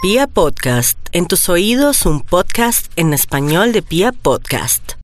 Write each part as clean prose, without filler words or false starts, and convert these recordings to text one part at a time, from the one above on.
Pia Podcast, en tus oídos un podcast en español de Pia Podcast.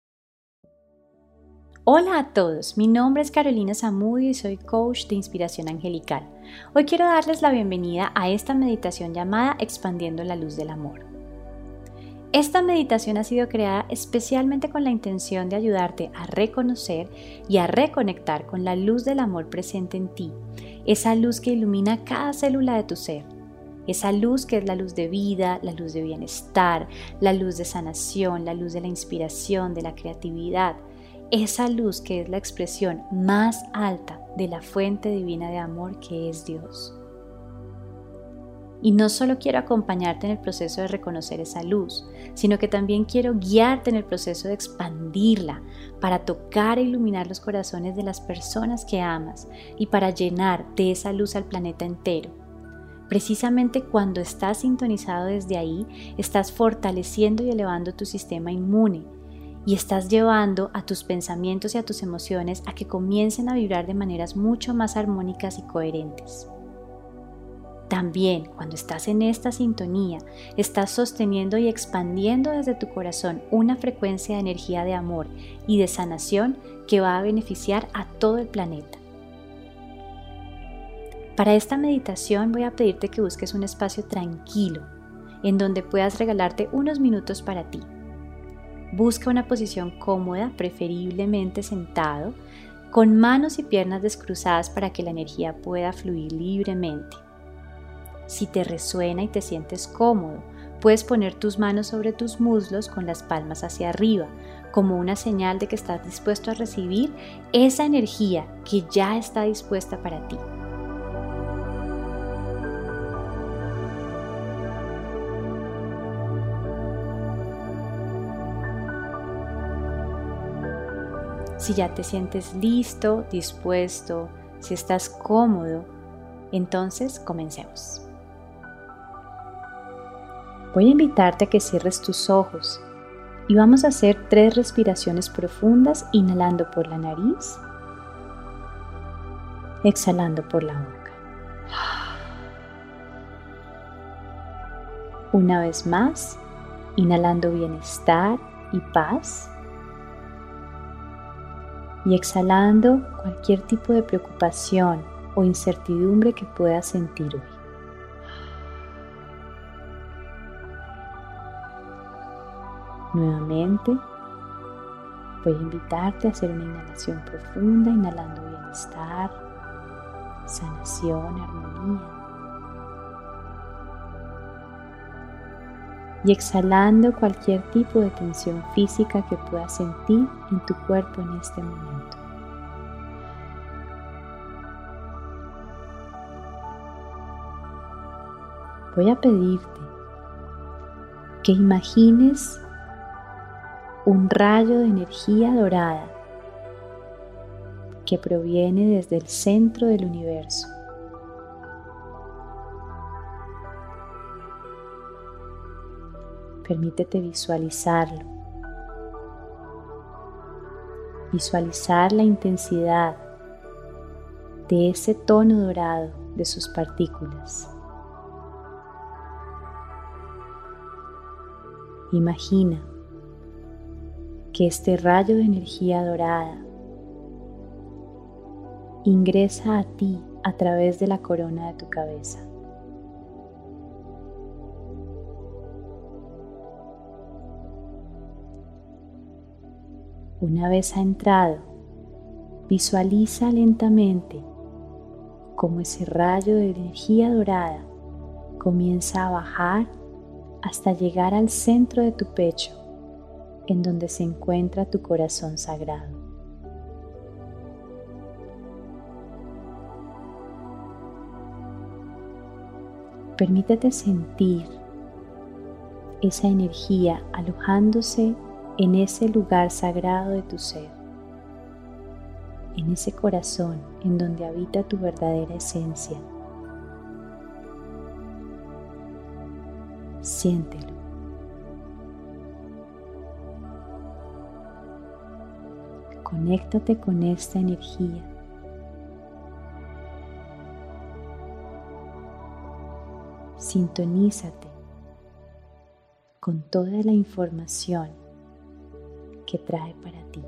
Hola a todos, mi nombre es Carolina Zamudio y soy coach de inspiración angelical. Hoy quiero darles la bienvenida a esta meditación llamada Expandiendo la Luz del Amor. Esta meditación ha sido creada especialmente con la intención de ayudarte a reconocer y a reconectar con la luz del amor presente en ti, esa luz que ilumina cada célula de tu ser. Esa luz que es la luz de vida, la luz de bienestar, la luz de sanación, la luz de la inspiración, de la creatividad. Esa luz que es la expresión más alta de la fuente divina de amor que es Dios. Y no solo quiero acompañarte en el proceso de reconocer esa luz, sino que también quiero guiarte en el proceso de expandirla para tocar e iluminar los corazones de las personas que amas y para llenar de esa luz al planeta entero. Precisamente cuando estás sintonizado desde ahí, estás fortaleciendo y elevando tu sistema inmune y estás llevando a tus pensamientos y a tus emociones a que comiencen a vibrar de maneras mucho más armónicas y coherentes. También, cuando estás en esta sintonía, estás sosteniendo y expandiendo desde tu corazón una frecuencia de energía de amor y de sanación que va a beneficiar a todo el planeta. Para esta meditación voy a pedirte que busques un espacio tranquilo en donde puedas regalarte unos minutos para ti. Busca una posición cómoda, preferiblemente sentado, con manos y piernas descruzadas para que la energía pueda fluir libremente. Si te resuena y te sientes cómodo, puedes poner tus manos sobre tus muslos con las palmas hacia arriba, como una señal de que estás dispuesto a recibir esa energía que ya está dispuesta para ti. Si ya te sientes listo, dispuesto, si estás cómodo, entonces comencemos. Voy a invitarte a que cierres tus ojos y vamos a hacer 3 respiraciones profundas, inhalando por la nariz, exhalando por la boca. Una vez más, inhalando bienestar y paz. Y exhalando cualquier tipo de preocupación o incertidumbre que puedas sentir hoy. Nuevamente, voy a invitarte a hacer una inhalación profunda, inhalando bienestar, sanación, armonía. Y exhalando cualquier tipo de tensión física que puedas sentir en tu cuerpo en este momento. Voy a pedirte que imagines un rayo de energía dorada que proviene desde el centro del universo. Permítete visualizarlo. Visualizar la intensidad de ese tono dorado de sus partículas. Imagina que este rayo de energía dorada ingresa a ti a través de la corona de tu cabeza. Una vez ha entrado, visualiza lentamente cómo ese rayo de energía dorada comienza a bajar hasta llegar al centro de tu pecho, en donde se encuentra tu corazón sagrado. Permítete sentir esa energía alojándose en ese lugar sagrado de tu ser, en ese corazón en donde habita tu verdadera esencia. Siéntelo. Conéctate con esta energía. sintonízate con toda la información que trae para ti.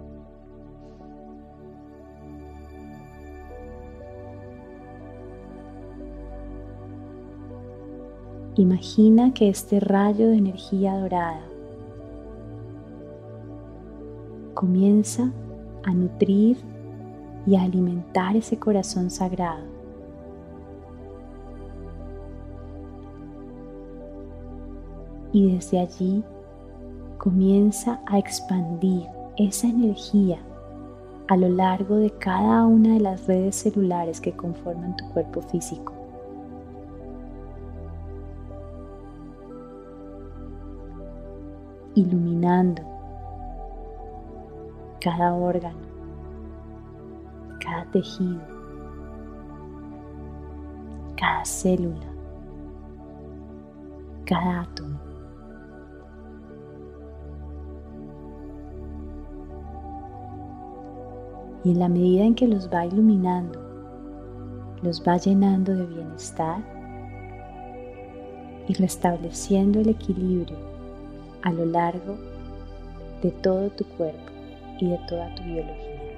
Imagina que este rayo de energía dorada comienza a nutrir y a alimentar ese corazón sagrado. Y desde allí comienza a expandir esa energía a lo largo de cada una de las redes celulares que conforman tu cuerpo físico. Iluminando cada órgano, cada tejido, cada célula, cada átomo. Y en la medida en que los va iluminando, los va llenando de bienestar y restableciendo el equilibrio a lo largo de todo tu cuerpo y de toda tu biología.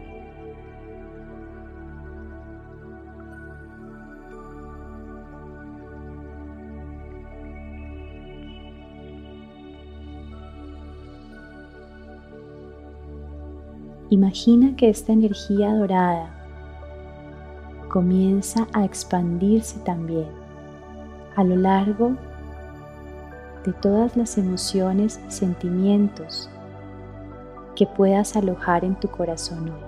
Imagina que esta energía dorada comienza a expandirse también a lo largo de todas las emociones y sentimientos que puedas alojar en tu corazón hoy.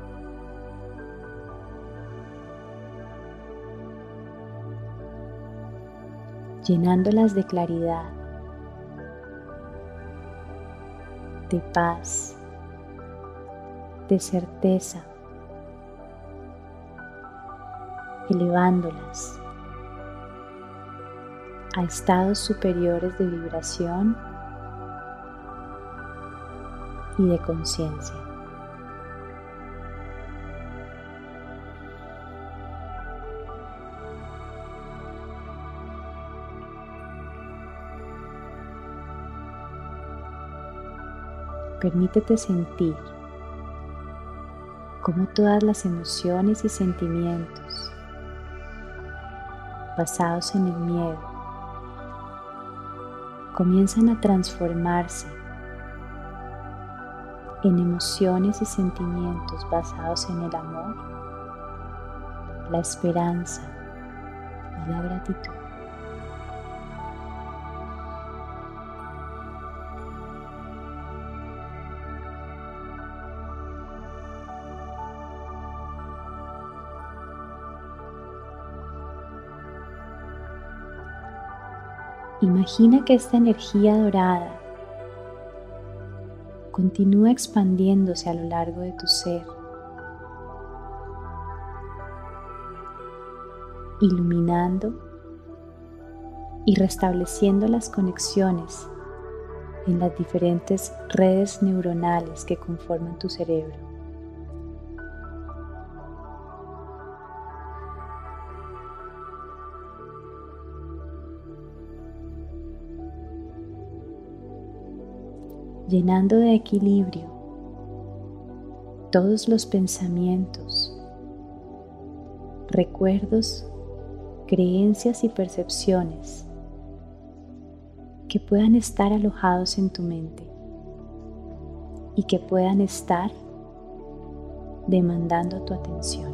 Llenándolas de claridad, de paz, de certeza, elevándolas a estados superiores de vibración y de conciencia. Permítete sentir cómo todas las emociones y sentimientos basados en el miedo comienzan a transformarse en emociones y sentimientos basados en el amor, la esperanza y la gratitud. Imagina que esta energía dorada continúa expandiéndose a lo largo de tu ser, iluminando y restableciendo las conexiones en las diferentes redes neuronales que conforman tu cerebro. Llenando de equilibrio todos los pensamientos, recuerdos, creencias y percepciones que puedan estar alojados en tu mente y que puedan estar demandando tu atención.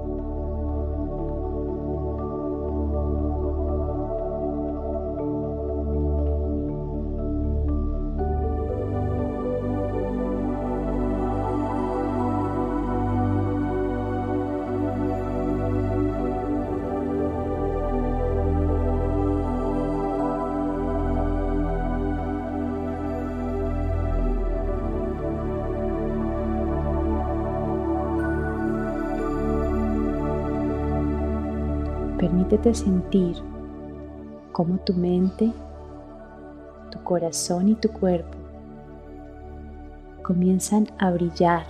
Permítete sentir cómo tu mente, tu corazón y tu cuerpo comienzan a brillar,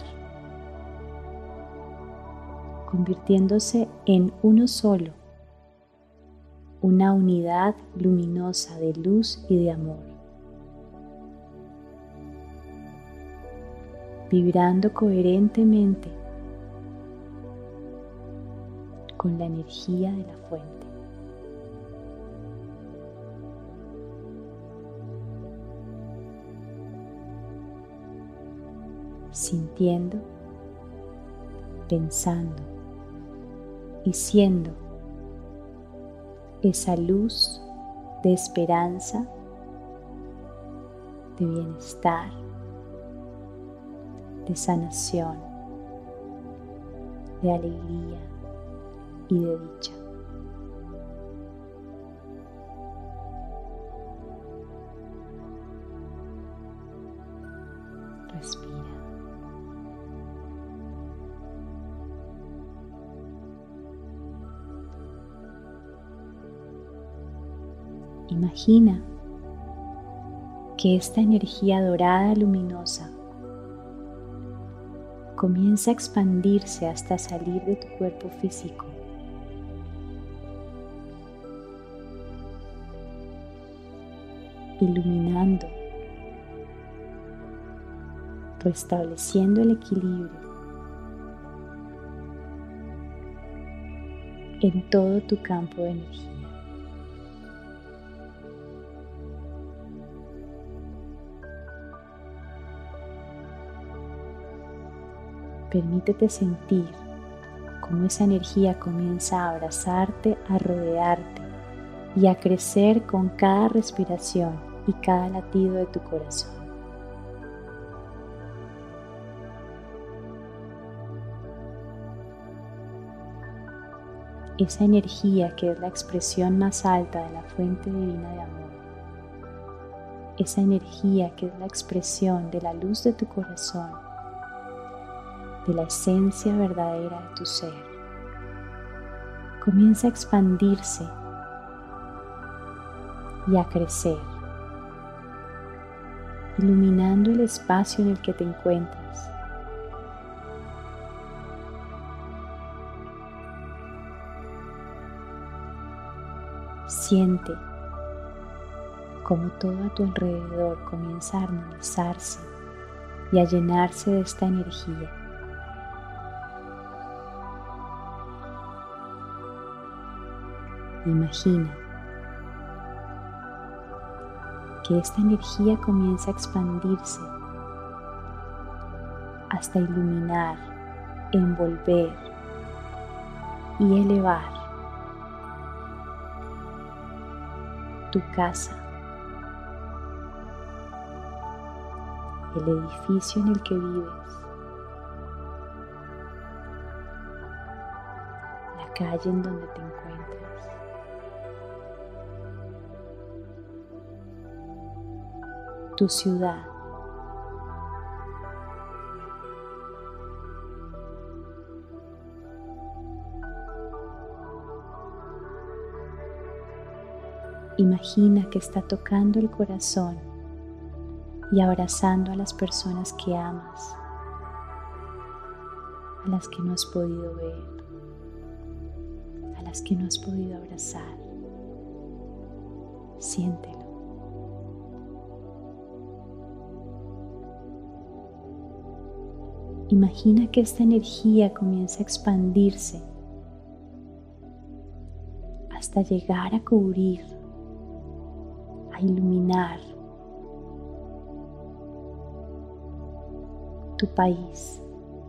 convirtiéndose en uno solo, una unidad luminosa de luz y de amor, vibrando coherentemente con la energía de la fuente. Sintiendo, pensando y siendo esa luz de esperanza, de bienestar, de sanación, de alegría y de dicha. Respira. Imagina que esta energía dorada luminosa comienza a expandirse hasta salir de tu cuerpo físico. Iluminando, restableciendo el equilibrio en todo tu campo de energía. Permítete sentir cómo esa energía comienza a abrazarte, a rodearte y a crecer con cada respiración y cada latido de tu corazón. Esa energía que es la expresión más alta de la fuente divina de amor. Esa energía que es la expresión de la luz de tu corazón, de la esencia verdadera de tu ser, comienza a expandirse y a crecer, iluminando el espacio en el que te encuentras. Siente cómo todo a tu alrededor comienza a armonizarse y a llenarse de esta energía. Imagina que esta energía comienza a expandirse hasta iluminar, envolver y elevar tu casa, el edificio en el que vives, la calle en donde te encuentras. Tu ciudad, imagina que está tocando el corazón y abrazando a las personas que amas, a las que no has podido ver, a las que no has podido abrazar. Siéntelo. Imagina que esta energía comienza a expandirse hasta llegar a cubrir, a iluminar tu país.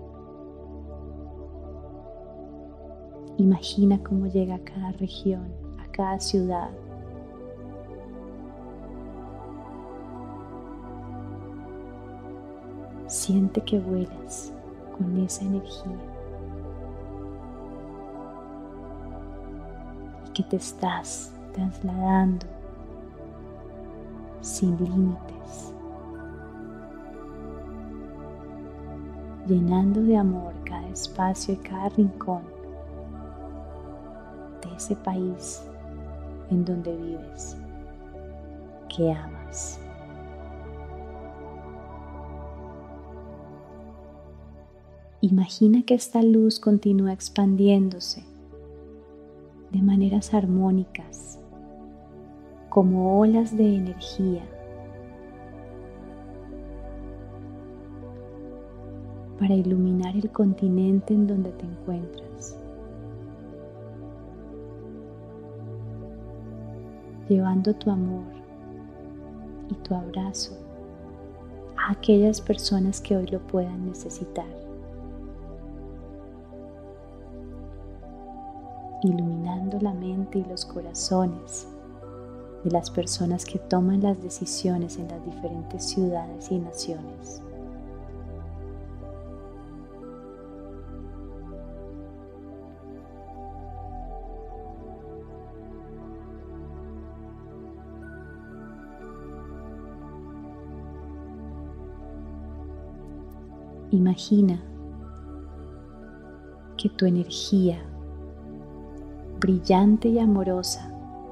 Imagina cómo llega a cada región, a cada ciudad. Siente que vuelas con esa energía y que te estás trasladando sin límites, llenando de amor cada espacio y cada rincón de ese país en donde vives, que amas. Imagina que esta luz continúa expandiéndose de maneras armónicas como olas de energía para iluminar el continente en donde te encuentras, llevando tu amor y tu abrazo a aquellas personas que hoy lo puedan necesitar, iluminando la mente y los corazones de las personas que toman las decisiones en las diferentes ciudades y naciones. Imagina que tu energía brillante y amorosa,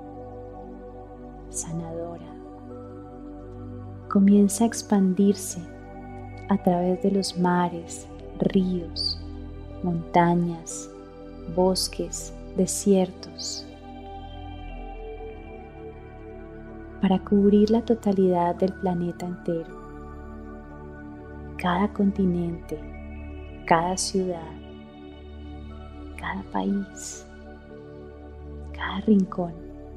sanadora, comienza a expandirse a través de los mares, ríos, montañas, bosques, desiertos, para cubrir la totalidad del planeta entero. Cada continente, cada ciudad, cada país, cada rincón.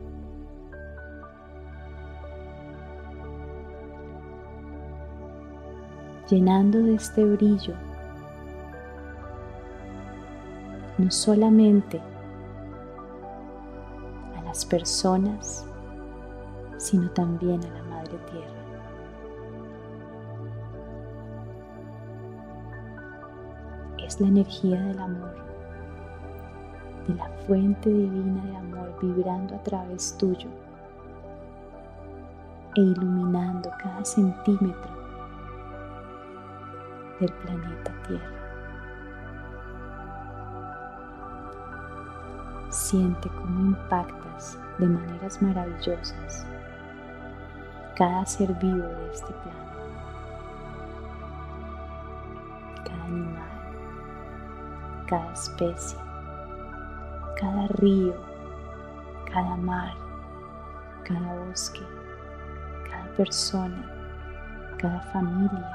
Llenando de este brillo no solamente a las personas, sino también a la Madre Tierra. Es la energía del amor, de la fuente divina de amor vibrando a través tuyo e iluminando cada centímetro del planeta Tierra. Siente cómo impactas de maneras maravillosas cada ser vivo de este plano, cada animal, cada especie, cada río, cada mar, cada bosque, cada persona, cada familia.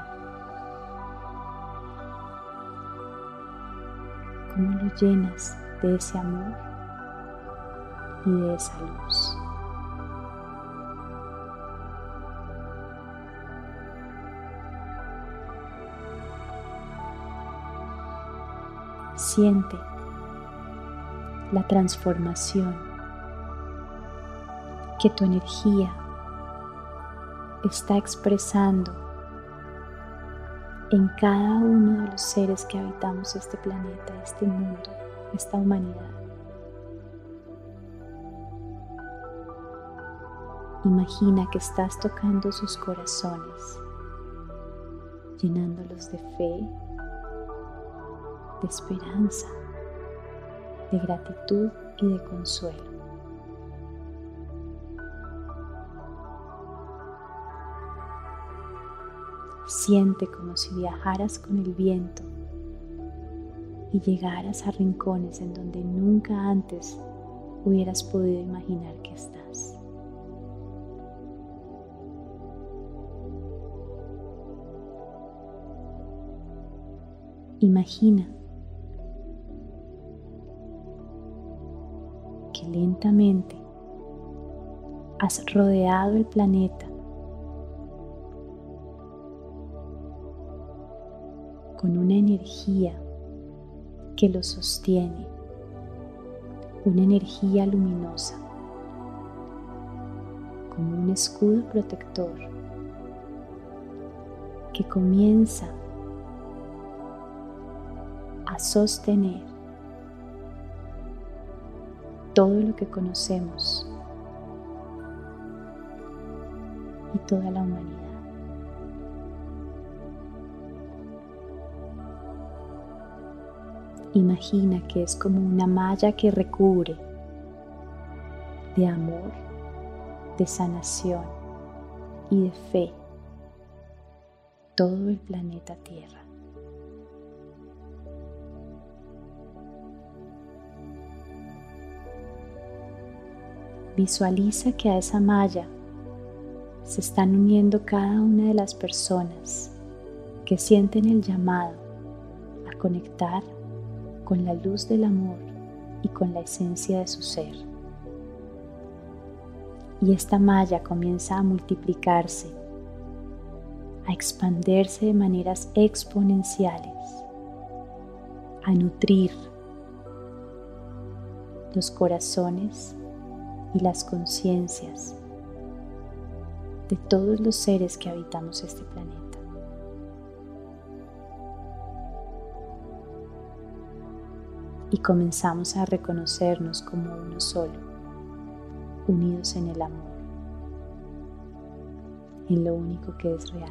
Cómo lo llenas de ese amor y de esa luz. Siente la transformación que tu energía está expresando en cada uno de los seres que habitamos este planeta, este mundo, esta humanidad. Imagina que estás tocando sus corazones, llenándolos de fe, de esperanza, de gratitud y de consuelo. Siente como si viajaras con el viento y llegaras a rincones en donde nunca antes hubieras podido imaginar que estás. Imagina que lentamente has rodeado el planeta con una energía que lo sostiene, una energía luminosa, como un escudo protector que comienza a sostener todo lo que conocemos y toda la humanidad. Imagina que es como una malla que recubre de amor, de sanación y de fe todo el planeta Tierra. Visualiza que a esa malla se están uniendo cada una de las personas que sienten el llamado a conectar con la luz del amor y con la esencia de su ser. Y esta malla comienza a multiplicarse, a expandirse de maneras exponenciales, a nutrir los corazones y las conciencias de todos los seres que habitamos este planeta. Y comenzamos a reconocernos como uno solo, unidos en el amor, en lo único que es real.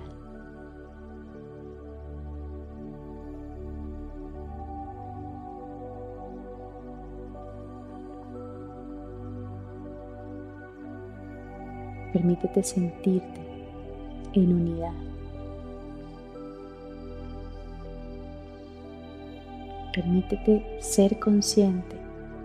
Permítete sentirte en unidad. Permítete ser consciente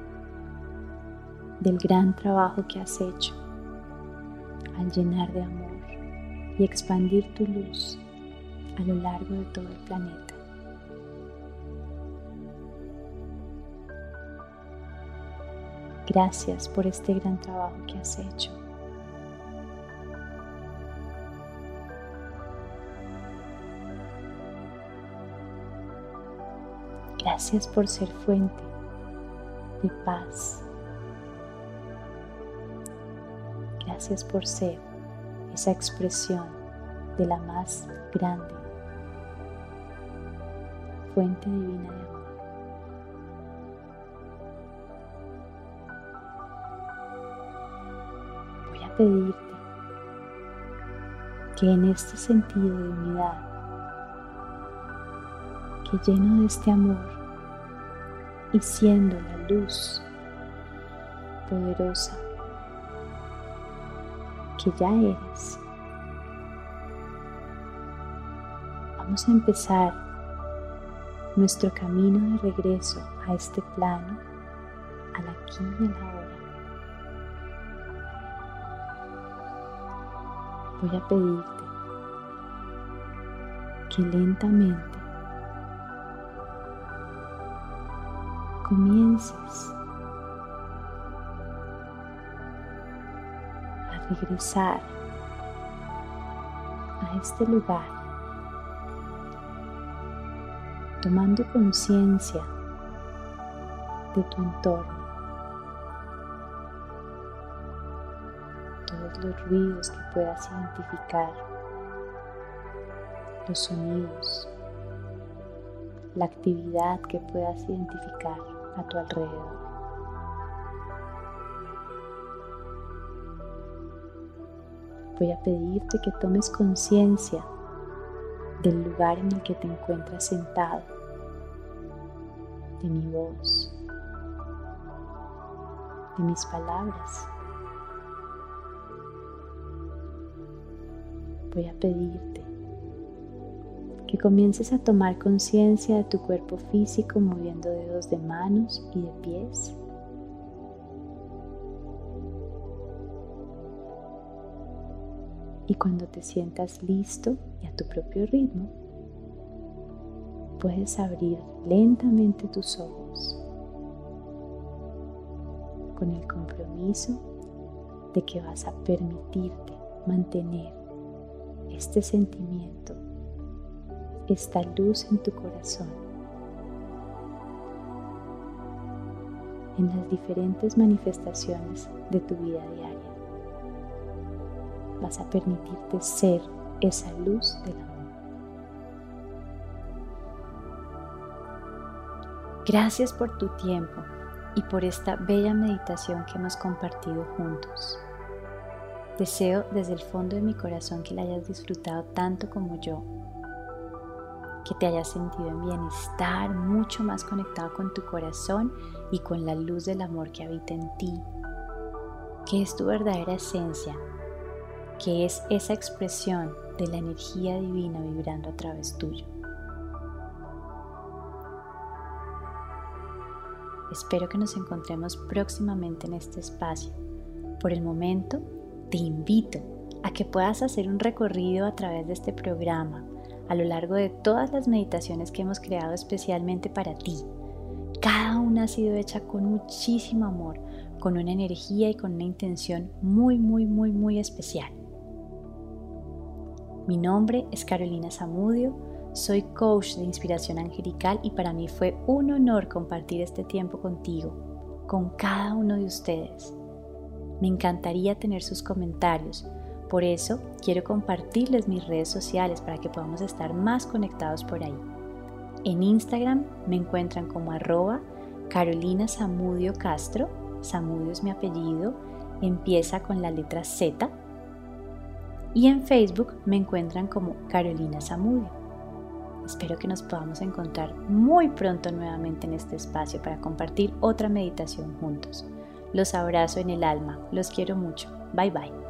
del gran trabajo que has hecho al llenar de amor y expandir tu luz a lo largo de todo el planeta. Gracias por este gran trabajo que has hecho. Gracias por ser fuente de paz. Gracias por ser esa expresión de la más grande fuente divina de amor. Voy a pedirte que en este sentido de unidad, que lleno de este amor y siendo la luz poderosa que ya eres, vamos a empezar nuestro camino de regreso a este plano, al aquí y a la ahora. Voy a pedirte que lentamente comiences a regresar a este lugar, tomando conciencia de tu entorno, todos los ruidos que puedas identificar, los sonidos, la actividad que puedas identificar a tu alrededor. Voy a pedirte que tomes conciencia del lugar en el que te encuentras sentado, de mi voz, de mis palabras. Voy a pedirte que comiences a tomar conciencia de tu cuerpo físico moviendo dedos de manos y de pies. Y cuando te sientas listo y a tu propio ritmo, puedes abrir lentamente tus ojos con el compromiso de que vas a permitirte mantener este sentimiento, esta luz en tu corazón, en las diferentes manifestaciones de tu vida diaria. Vas a permitirte ser esa luz del amor. Gracias por tu tiempo y por esta bella meditación que hemos compartido juntos. Deseo desde el fondo de mi corazón que la hayas disfrutado tanto como yo, que te hayas sentido en bienestar, mucho más conectado con tu corazón y con la luz del amor que habita en ti, que es tu verdadera esencia, que es esa expresión de la energía divina vibrando a través tuyo. Espero que nos encontremos próximamente en este espacio Por el momento, te invito a que puedas hacer un recorrido a través de este programa a lo largo de todas las meditaciones que hemos creado especialmente para ti. Cada una ha sido hecha con muchísimo amor, con una energía y con una intención muy especial. Mi nombre es Carolina Zamudio, soy coach de inspiración angelical y para mí fue un honor compartir este tiempo contigo, con cada uno de ustedes. Me encantaría tener sus comentarios, por eso quiero compartirles mis redes sociales para que podamos estar más conectados por ahí. En Instagram me encuentran como @Carolina Zamudio Castro, Zamudio es mi apellido, empieza con la letra Z. Y en Facebook me encuentran como Carolina Zamudio. Espero que nos podamos encontrar muy pronto nuevamente en este espacio para compartir otra meditación juntos. Los abrazo en el alma, los quiero mucho. Bye bye.